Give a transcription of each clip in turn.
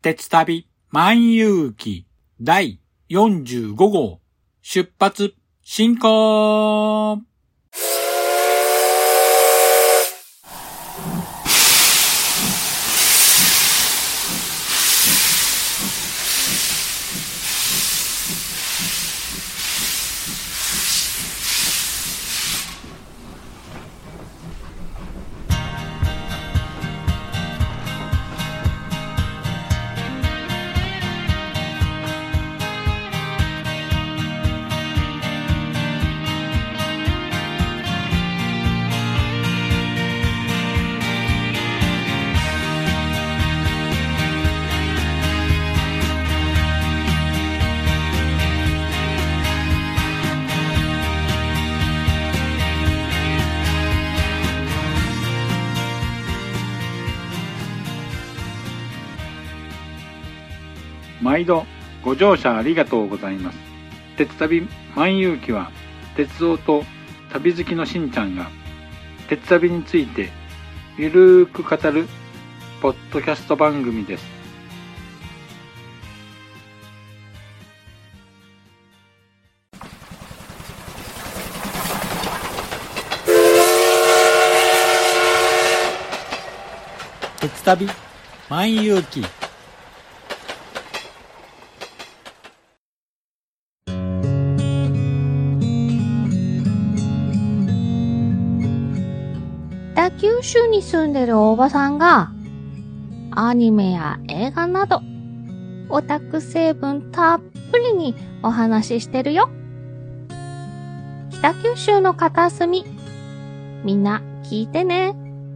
鉄旅万有記第45号出発進行。 毎度ご乗車ありがとうございます。鉄旅万有記は鉄道と旅好きのしんちゃんが鉄旅についてゆるーく語るポッドキャスト番組です。 鉄旅万有記北九州に住んでるおばさんがアニメや映画などオタク成分たっぷりにお話ししてるよ。北九州の片隅、みんな聞いてね。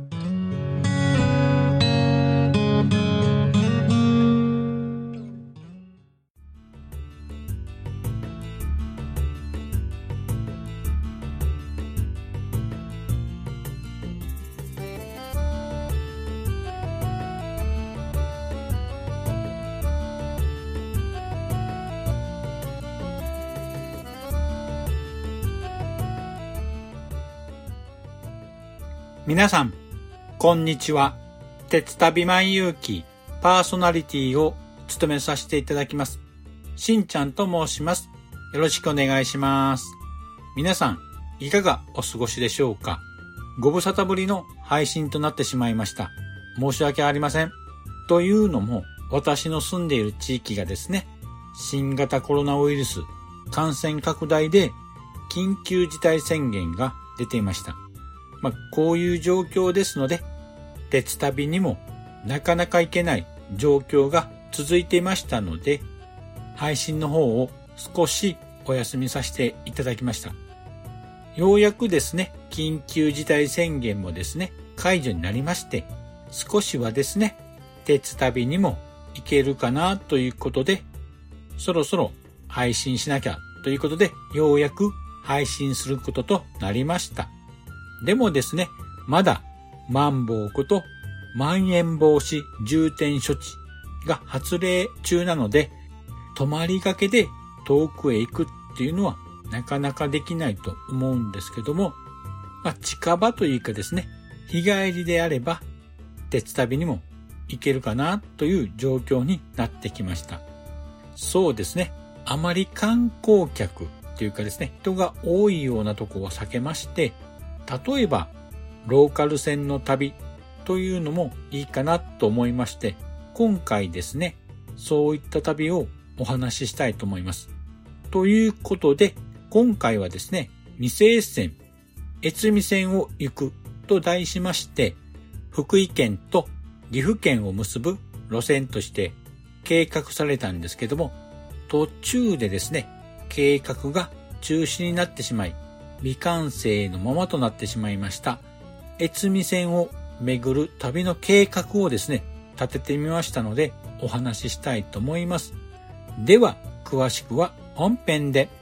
皆さん、こんにちは。鉄旅万有記パーソナリティを務めさせていただきます。しんちゃんと申します。よろしくお願いします。皆さん、いかがお過ごしでしょうか。ご無沙汰ぶりの配信となってしまいました。申し訳ありません。というのも、私の住んでいる地域がですね、新型コロナウイルス感染拡大で緊急事態宣言が出ていました。こういう状況ですので、鉄旅にもなかなか行けない状況が続いていましたので、配信の方を少しお休みさせていただきました。ようやくですね、緊急事態宣言もですね、解除になりまして、少しはですね、鉄旅にも行けるかなということで、そろそろ配信しなきゃということで、ようやく配信することとなりました。でもですね、まだまん防ことまん延防止重点措置が発令中なので、泊まりがけで遠くへ行くっていうのはなかなかできないと思うんですけども、近場というかですね、日帰りであれば鉄旅にも行けるかなという状況になってきました。そうですね、あまり観光客というかですね、人が多いようなとこを避けまして、例えばローカル線の旅というのもいいかなと思いまして、今回ですね、そういった旅をお話ししたいと思います。ということで、今回はですね、未成線、越美線を行くと題しまして、福井県と岐阜県を結ぶ路線として計画されたんですけども、途中でですね、計画が中止になってしまい、未完成のままとなってしまいました越美線を巡る旅の計画をですね、立ててみましたのでお話ししたいと思います。では詳しくは本編で。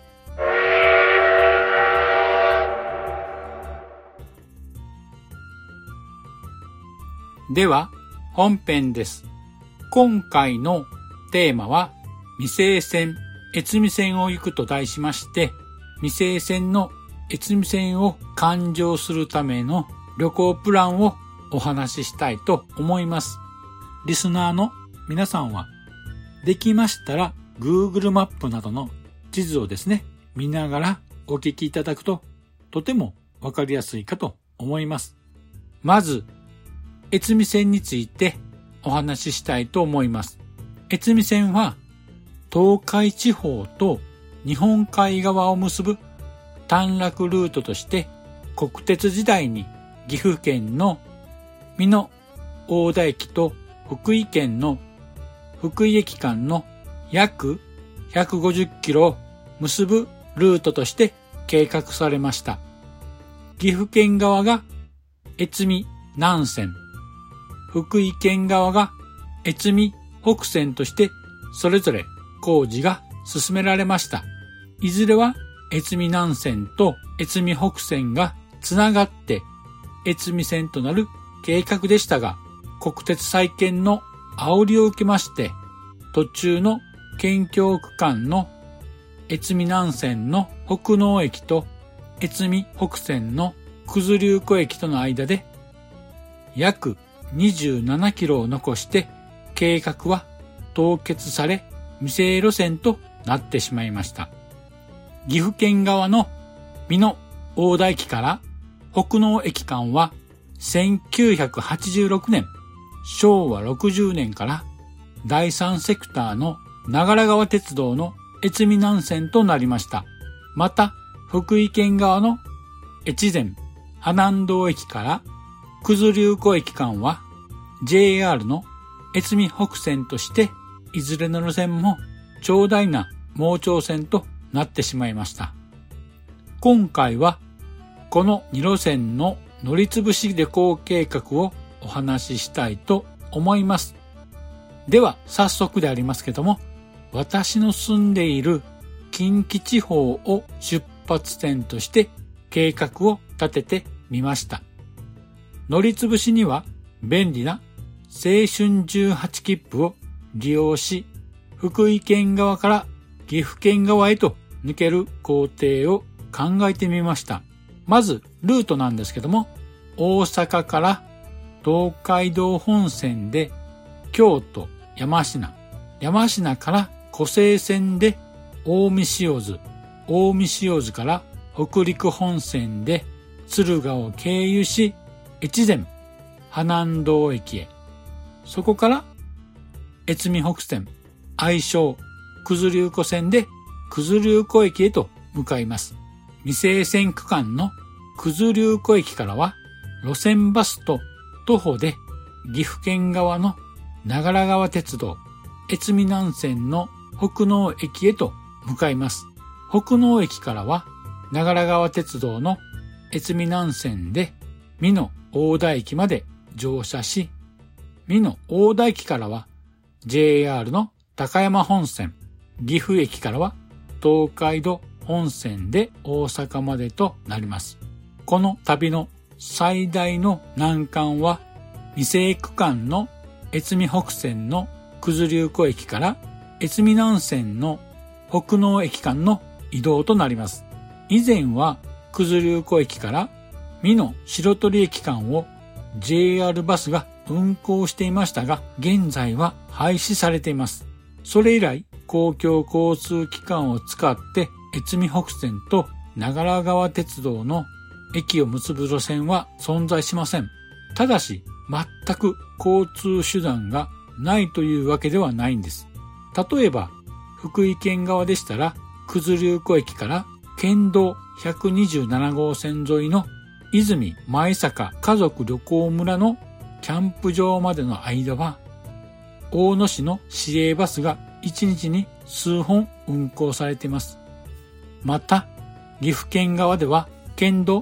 では本編です。今回のテーマは未成線、越美線を行くと題しまして、未成線の越美線を環状するための旅行プランをお話ししたいと思います。リスナーの皆さんはできましたら Google マップなどの地図をですね、見ながらお聞きいただくととてもわかりやすいかと思います。まず、越美線についてお話ししたいと思います。越美線は東海地方と日本海側を結ぶ短絡ルートとして国鉄時代に岐阜県の美濃大田駅と福井県の福井駅間の約150キロを結ぶルートとして計画されました。岐阜県側が越美南線、福井県側が越美北線としてそれぞれ工事が進められました。いずれは越美南線と越美北線がつながって越美線となる計画でしたが、国鉄再建の煽りを受けまして、途中の県境区間の越美南線の北濃駅と越美北線の九頭竜湖駅との間で約27キロを残して計画は凍結され未成路線となってしまいました。岐阜県側の美濃大田駅から北濃駅間は1986年、昭和60年から第三セクターの長良川鉄道の越美南線となりました。また、福井県側の越前阿南道駅から九頭竜湖駅間は JR の越美北線としていずれの路線も長大な盲腸線となってしまいました。今回はこの2路線の乗りつぶし旅行計画をお話ししたいと思います。では早速でありますけども、私の住んでいる近畿地方を出発点として計画を立ててみました。乗りつぶしには便利な青春18切符を利用し、福井県側から岐阜県側へと抜ける工程を考えてみました。まずルートなんですけども、大阪から東海道本線で京都山科、山科から湖西線で近江塩津、近江塩津から北陸本線で敦賀を経由し、越前阿南道駅へ、そこから越美北線、愛称九頭竜湖線で九頭竜湖駅へと向かいます。未成線区間の九頭竜湖駅からは路線バスと徒歩で岐阜県側の長良川鉄道越美南線の北濃駅へと向かいます。北濃駅からは長良川鉄道の越美南線で美濃大田駅まで乗車し、美濃大田駅からは JR の高山本線、岐阜駅からは東海道本線で大阪までとなります。この旅の最大の難関は未成区間の越美北線の九頭竜湖駅から越美南線の北濃駅間の移動となります。以前は九頭竜湖駅から美濃白鳥駅間を JR バスが運行していましたが、現在は廃止されています。それ以来、公共交通機関を使って越美北線と長良川鉄道の駅を結ぶ路線は存在しません。ただし、全く交通手段がないというわけではないんです。例えば、福井県側でしたら、九頭竜湖駅から県道127号線沿いの泉前坂家族旅行村のキャンプ場までの間は、大野市の市営バスが1日に数本運行されています。また、岐阜県側では県道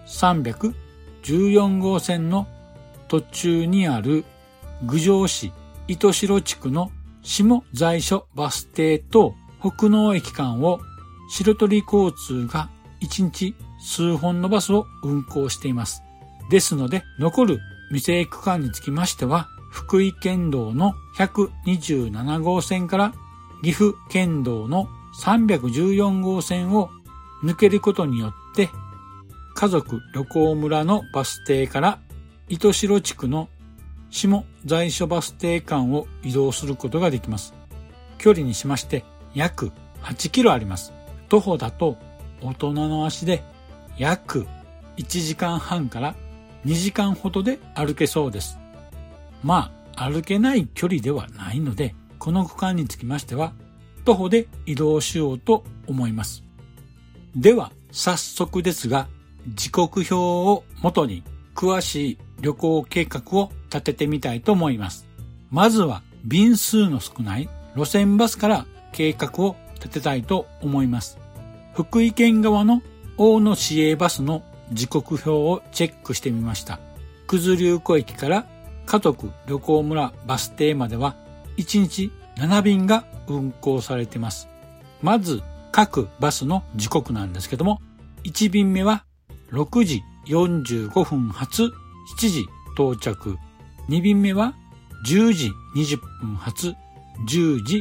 314号線の途中にある郡上市糸代地区の下在所バス停と北濃駅間を白鳥交通が1日数本のバスを運行しています。ですので、残る未成区間につきましては、福井県道の127号線から岐阜県道の314号線を抜けることによって、家族旅行村のバス停から糸代地区の下在所バス停間を移動することができます。 距離にしまして約8キロあります。徒歩だと大人の足で約1時間半から2時間ほどで歩けそうです。まあ歩けない距離ではないので、この区間につきましては徒歩で移動しようと思います。では早速ですが、時刻表を元に詳しい旅行計画を立ててみたいと思います。まずは便数の少ない路線バスから計画を立てたいと思います。福井県側の大野市営バスの時刻表をチェックしてみました。九頭竜湖駅から家族旅行村バス停までは1日7便が運行されています。まず各バスの時刻なんですけども、1便目は6時45分発7時到着。2便目は10時20分発10時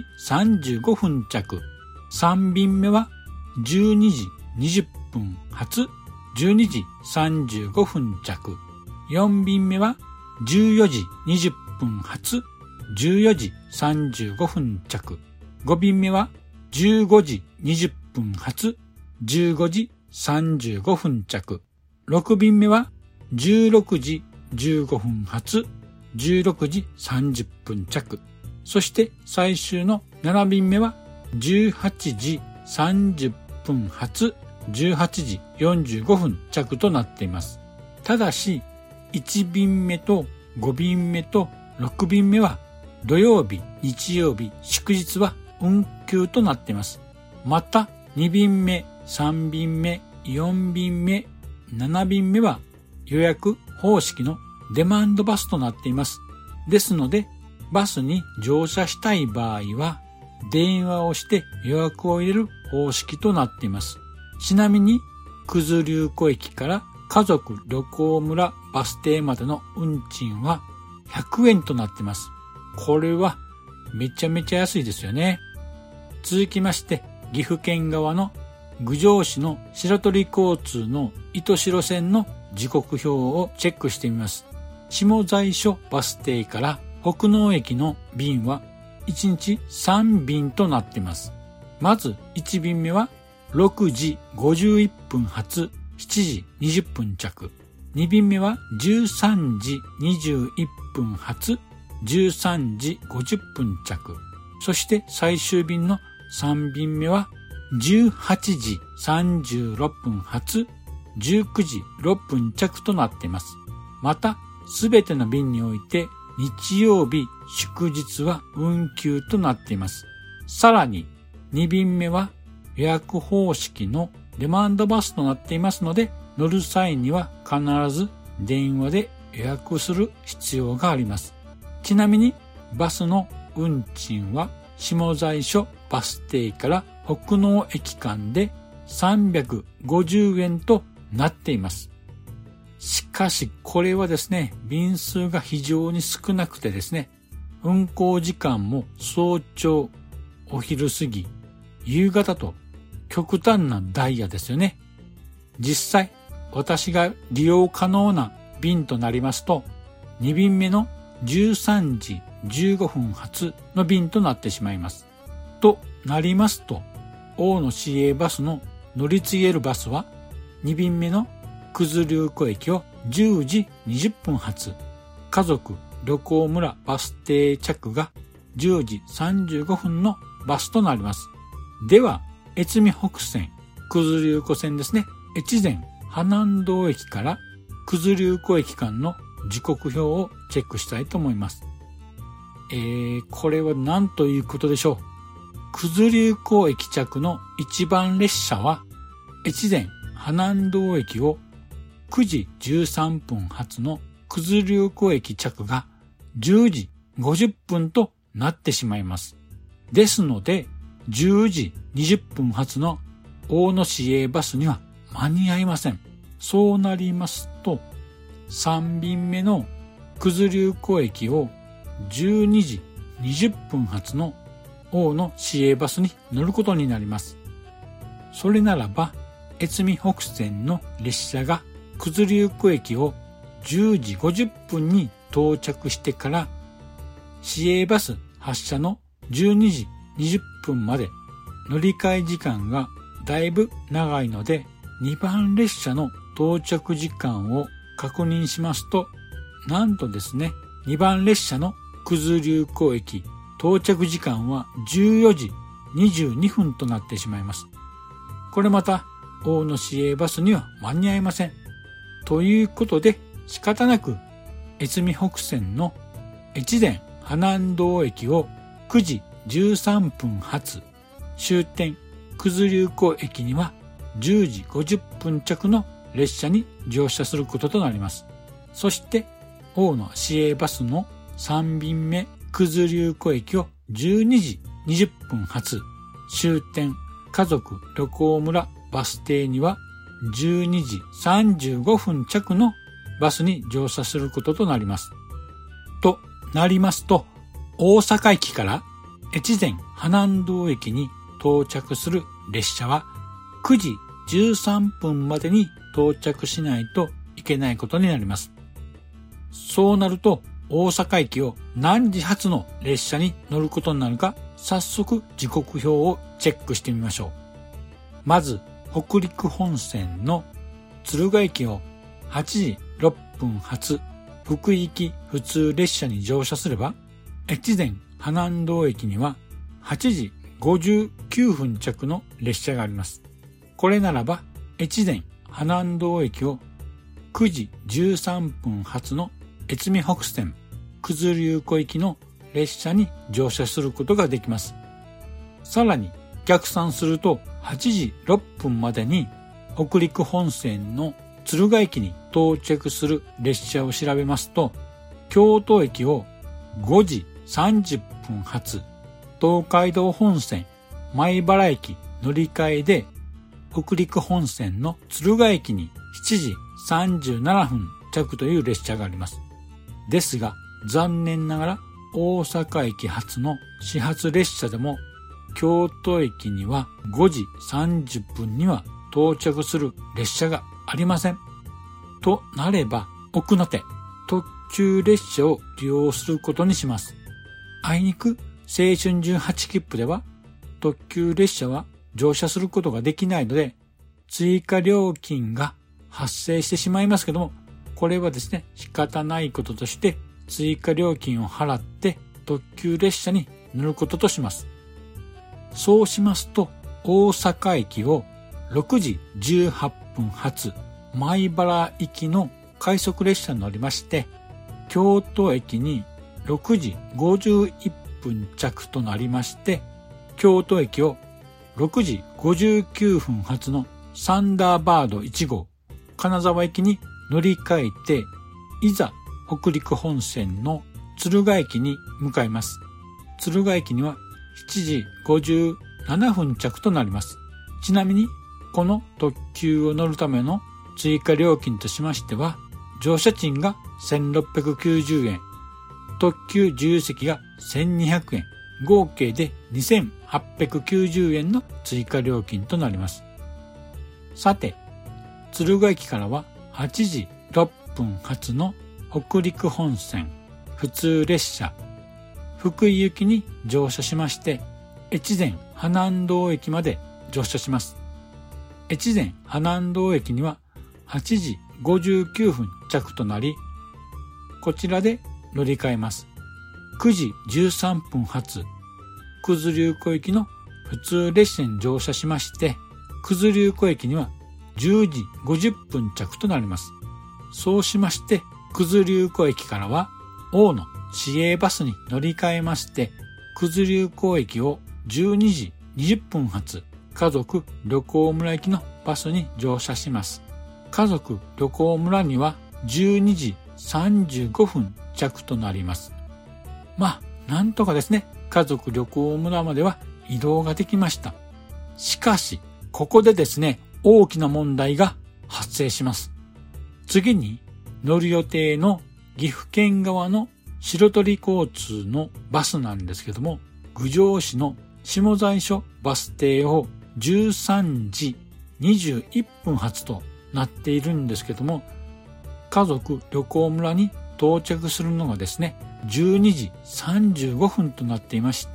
35分着。3便目は12時20分発12時35分着。4便目は14時20分発14時35分着。5便目は15時20分発15時35分着。6便目は16時15分発16時30分着。そして最終の7便目は18時30分発18時45分着となっています。ただし1便目と5便目と6便目は土曜日、日曜日、祝日は運休となっています。また2便目、3便目、4便目、7便目は予約方式のデマンドバスとなっています。ですのでバスに乗車したい場合は電話をして予約を入れる方式となっています。ちなみに九頭竜湖駅から家族旅行村バス停までの運賃は100円となっています。これはめちゃめちゃ安いですよね。続きまして岐阜県側の郡上市の白鳥交通の糸代線の時刻表をチェックしてみます。下西所バス停から北濃駅の便は1日3便となっています。まず1便目は6時51分発7時20分着。2便目は13時21分発13時50分着。そして最終便の3便目は18時36分発19時6分着となっています。またすべての便において日曜日祝日は運休となっています。さらに2便目は予約方式のデマンドバスとなっていますので、乗る際には必ず電話で予約する必要があります。ちなみにバスの運賃は下西所バス停から北濃駅間で350円となっています。しかしこれはですね、便数が非常に少なくてですね、運行時間も早朝、お昼過ぎ、夕方と極端なダイヤですよね。実際私が利用可能な便となりますと、2便目の13時15分発の便となってしまいます。となりますと、大野市営バスの乗り継げるバスは2便目の九頭竜湖駅を10時20分発、家族旅行村バス停着が10時35分のバスとなります。では越美北線九頭竜湖線ですね、越前花南道駅から九頭竜湖駅間の時刻表をチェックしたいと思います。これは何ということでしょう。九頭竜湖駅着の一番列車は越前花南道駅を9時13分発の九頭竜湖駅着が10時50分となってしまいます。ですので10時20分発の大野市営バスには間に合いません。そうなりますと3便目の九頭竜湖駅を12時20分発の大野市営バスに乗ることになります。それならば越美北線の列車が九頭竜湖駅を10時50分に到着してから市営バス発車の12時 20分まで乗り換え時間がだいぶ長いので、2番列車の到着時間を確認しますと、なんとですね、2番列車の九頭竜湖駅到着時間は14時22分となってしまいます。これまた大野市営バスには間に合いません。ということで仕方なく越美北線の越前花南道駅を9時13分発、終点九頭竜湖駅には10時50分着の列車に乗車することとなります。そして大野市営バスの3便目九頭竜湖駅を12時20分発、終点家族旅行村バス停には12時35分着のバスに乗車することとなります。となりますと、大阪駅から越前花南道駅に到着する列車は9時13分までに到着しないといけないことになります。そうなると大阪駅を何時発の列車に乗ることになるか、早速時刻表をチェックしてみましょう。まず北陸本線の敦賀駅を8時6分発福井行き普通列車に乗車すれば、越前花南道駅には8時59分着の列車があります。これならば越前花南道駅を9時13分発の越美北線九頭竜湖行きの列車に乗車することができます。さらに逆算すると8時6分までに北陸本線の敦賀駅に到着する列車を調べますと、京都駅を5時30分発東海道本線米原駅乗り換えで北陸本線の敦賀駅に7時37分着という列車があります。ですが残念ながら大阪駅発の始発列車でも京都駅には5時30分には到着する列車がありません。となれば奥の手特急列車を利用することにします。あいにく青春18切符では特急列車は乗車することができないので追加料金が発生してしまいますけども、これはですね、仕方ないこととして追加料金を払って特急列車に乗ることとします。そうしますと大阪駅を6時18分発米原行きの快速列車に乗りまして、京都駅に6時51分着となりまして、京都駅を6時59分発のサンダーバード1号金沢駅に乗り換えて、いざ北陸本線の敦賀駅に向かいます。敦賀駅には7時57分着となります。ちなみにこの特急を乗るための追加料金としましては、乗車賃が1690円、特急自由席が1200円、合計で2890円の追加料金となります。さて、敦賀駅からは8時6分発の北陸本線普通列車福井行きに乗車しまして、越前花南道駅まで乗車します。越前花南道駅には8時59分着となり、こちらで乗り換えます。9時13分発九頭竜湖行きの普通列車に乗車しまして、九頭竜湖駅には10時50分着となります。そうしまして九頭竜湖駅からは大野市営バスに乗り換えまして、九頭竜湖駅を12時20分発家族旅行村行きのバスに乗車します。家族旅行村には12時35分着となります。なんとかですね、家族旅行村までは移動ができました。しかし、ここでですね、大きな問題が発生します。次に乗る予定の岐阜県側の白鳥交通のバスなんですけども、郡上市の下西署バス停を13時21分発となっているんですけども、家族旅行村に到着するのがですね、12時35分となっていまして、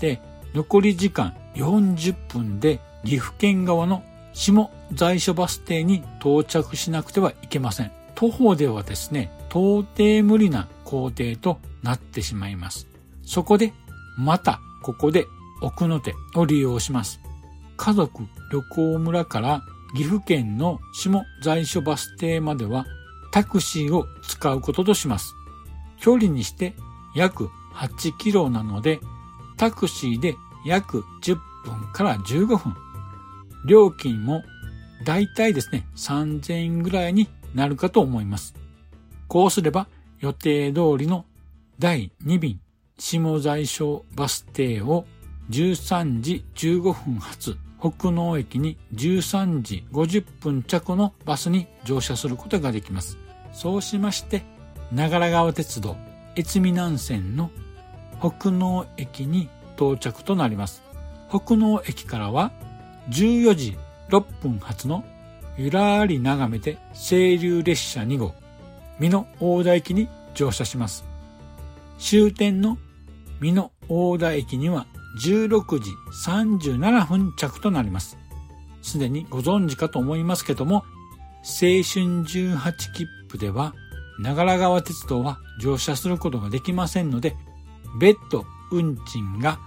残り時間40分で岐阜県側の下在所バス停に到着しなくてはいけません。徒歩ではですね、到底無理な工程となってしまいます。そこでまたここで奥の手を利用します。家族旅行村から岐阜県の下在所バス停まではタクシーを使うこととします。距離にして約8キロなので、タクシーで約10分から15分。料金もだいたいですね、3000円ぐらいになるかと思います。こうすれば予定通りの第2便下在所バス停を13時15分発北濃駅に13時50分着のバスに乗車することができます。そうしまして長良川鉄道越美南線の北濃駅に到着となります。北濃駅からは14時6分発のゆらり眺めて清流列車2号美濃大田駅に乗車します。終点の美濃大田駅には16時37分着となります。すでにご存知かと思いますけども、青春18切符では長良川鉄道は乗車することができませんので、別途運賃が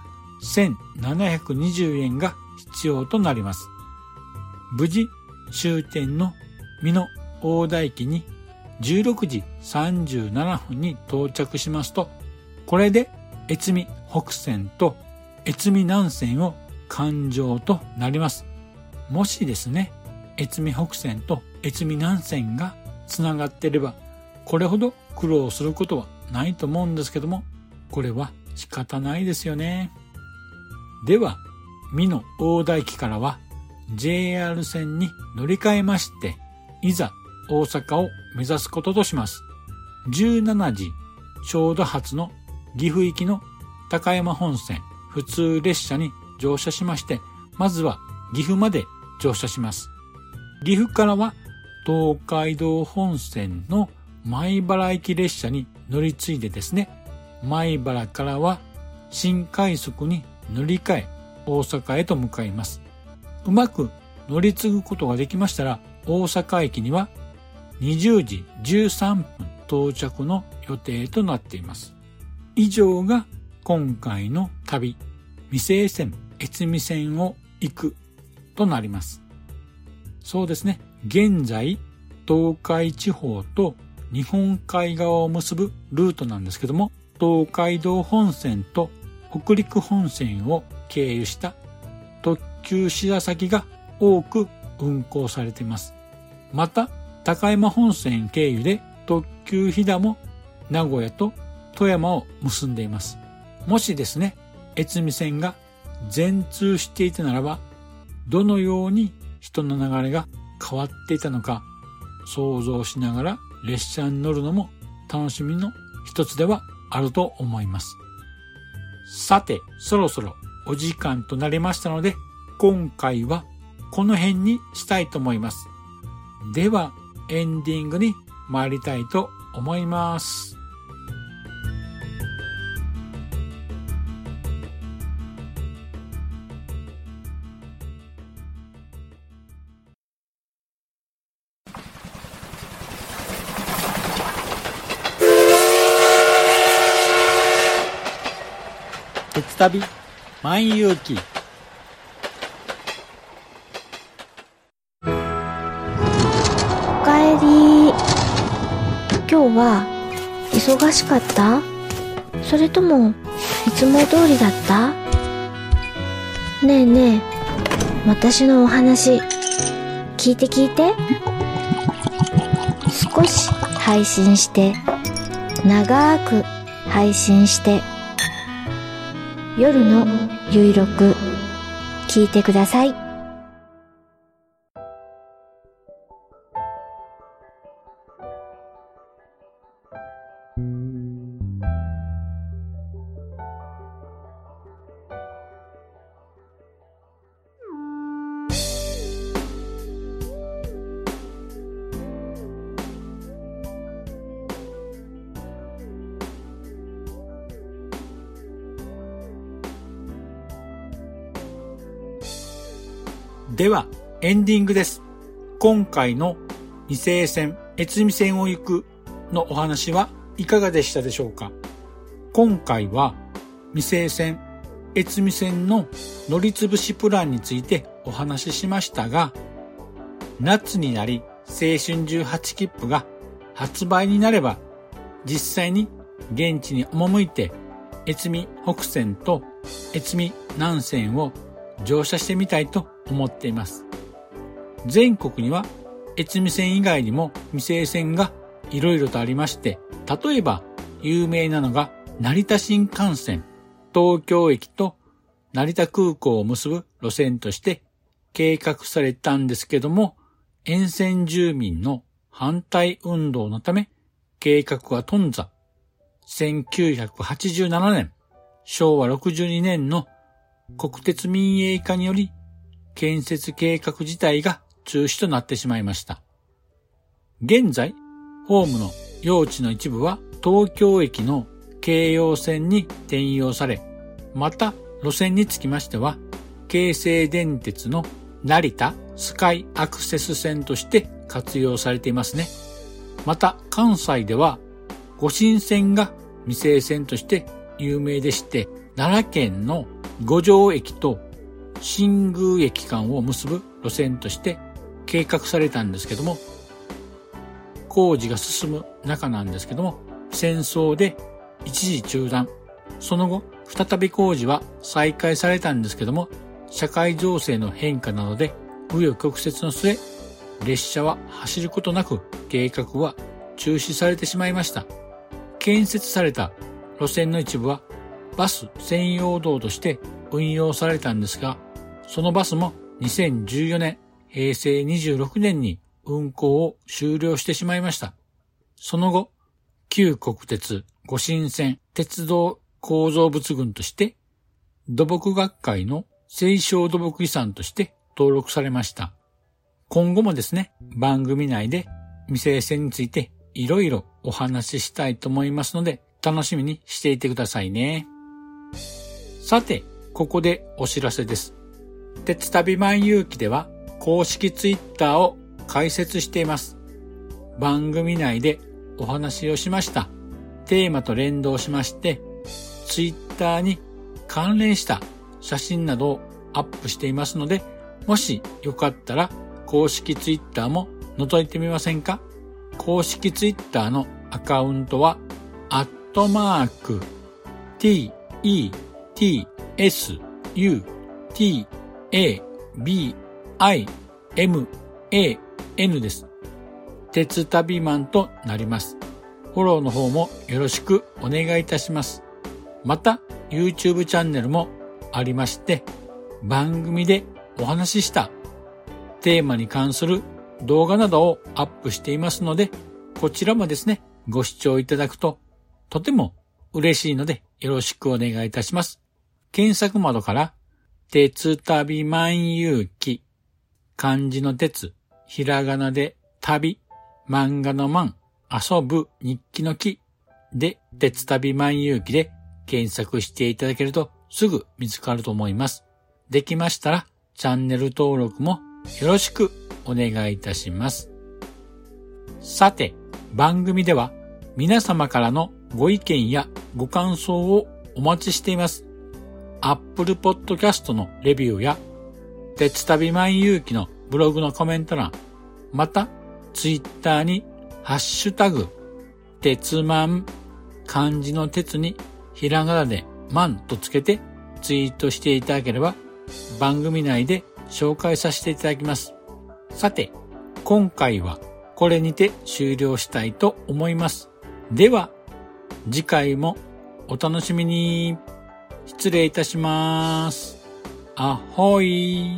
1720円が必要となります。無事終点の美濃大田駅に16時37分に到着しますと、これで越美北線と越美南線を環状となります。もしですね、越美北線と越美南線がつながっていれば、これほど苦労することはないと思うんですけども、これは仕方ないですよね。では、美濃大田駅からは JR 線に乗り換えまして、いざ大阪を目指すこととします。17時ちょうど発の岐阜行きの高山本線普通列車に乗車しまして、まずは岐阜まで乗車します。岐阜からは東海道本線の米原行き列車に乗り継いでですね、米原からは新快速に乗り換え大阪へと向かいます。うまく乗り継ぐことができましたら、大阪駅には20時13分到着の予定となっています。以上が今回の旅、未成線越美線を行くとなります。そうですね、現在東海地方と日本海側を結ぶルートなんですけども、東海道本線と北陸本線を経由した特急しださきが多く運行されています。また高山本線経由で特急ひだも名古屋と富山を結んでいます。もしですね、越美線が全通していたならば、どのように人の流れが変わっていたのか想像しながら列車に乗るのも楽しみの一つではあると思います。さて、そろそろお時間となりましたので、今回はこの辺にしたいと思います。では、エンディングに参りたいと思います。鉄旅万有記。 おかえり。今日は忙しかった？それともいつも通りだった？ねえねえ、私のお話聞いて聞いて。少し配信して長く配信して夜のゆいろく聞いてください。 では、エンディングです。今回の未成線、越美線を行くのお話はいかがでしたでしょうか。今回は未成線、越美線の乗りつぶしプランについてお話ししましたが、夏になり青春18切符が発売になれば、実際に現地に赴いて越美北線と越美南線を乗車してみたいと思っています。全国には越美線以外にも未成線がいろいろとありまして、例えば有名なのが成田新幹線、東京駅と成田空港を結ぶ路線として計画されたんですけども、沿線住民の反対運動のため計画は頓挫。1987年、昭和62年の国鉄民営化により建設計画自体が中止となってしまいました。現在、ホームの用地の一部は東京駅の京葉線に転用され、また路線につきましては、京成電鉄の成田スカイアクセス線として活用されていますね。また関西では御神線が未成線として有名でして、奈良県の五条駅と新宮駅間を結ぶ路線として計画されたんですけども、工事が進む中なんですけども、戦争で一時中断。その後、再び工事は再開されたんですけども、社会情勢の変化などで紆余曲折の末、列車は走ることなく計画は中止されてしまいました。建設された路線の一部はバス専用道として運用されたんですが、そのバスも2014年、平成26年に運行を終了してしまいました。その後、旧国鉄御神線鉄道構造物群として土木学会の青少土木遺産として登録されました。今後もですね、番組内で未成線についていろいろお話ししたいと思いますので、楽しみにしていてくださいね。さて、ここでお知らせです。鉄旅万有記では公式ツイッターを開設しています。番組内でお話をしましたテーマと連動しまして、ツイッターに関連した写真などをアップしていますので、もしよかったら公式ツイッターも覗いてみませんか？公式ツイッターのアカウントは@TETSUTABIMAN です。鉄旅マンとなります。フォローの方もよろしくお願いいたします。また YouTube チャンネルもありまして、番組でお話ししたテーマに関する動画などをアップしていますので、こちらもですね、ご視聴いただくととても嬉しいのでよろしくお願いいたします。検索窓から鉄旅万有記、漢字の鉄、ひらがなで旅、漫画の漫、遊ぶ日記の記で鉄旅万有記で検索していただけるとすぐ見つかると思います。できましたらチャンネル登録もよろしくお願いいたします。さて、番組では皆様からのご意見やご感想をお待ちしています。Apple Podcast のレビューや鉄旅万有記のブログのコメント欄、またTwitter にハッシュタグ鉄マン、漢字の鉄にひらがなでマンとつけてツイートしていただければ番組内で紹介させていただきます。さて、今回はこれにて終了したいと思います。では、次回もお楽しみに。失礼いたします。アホイ。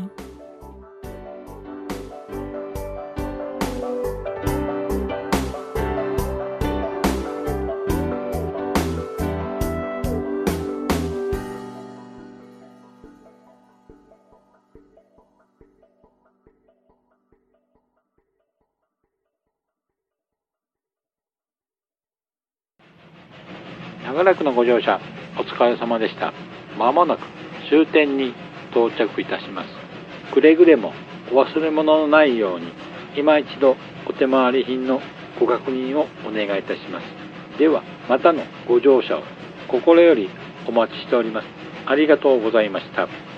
長らくのご乗車お疲れ様でした。まもなく終点に到着いたします。 くれぐれもお忘れ物のないように、今一度お手回り品のご確認をお願いいたします。では、またのご乗車を心よりお待ちしております。ありがとうございました。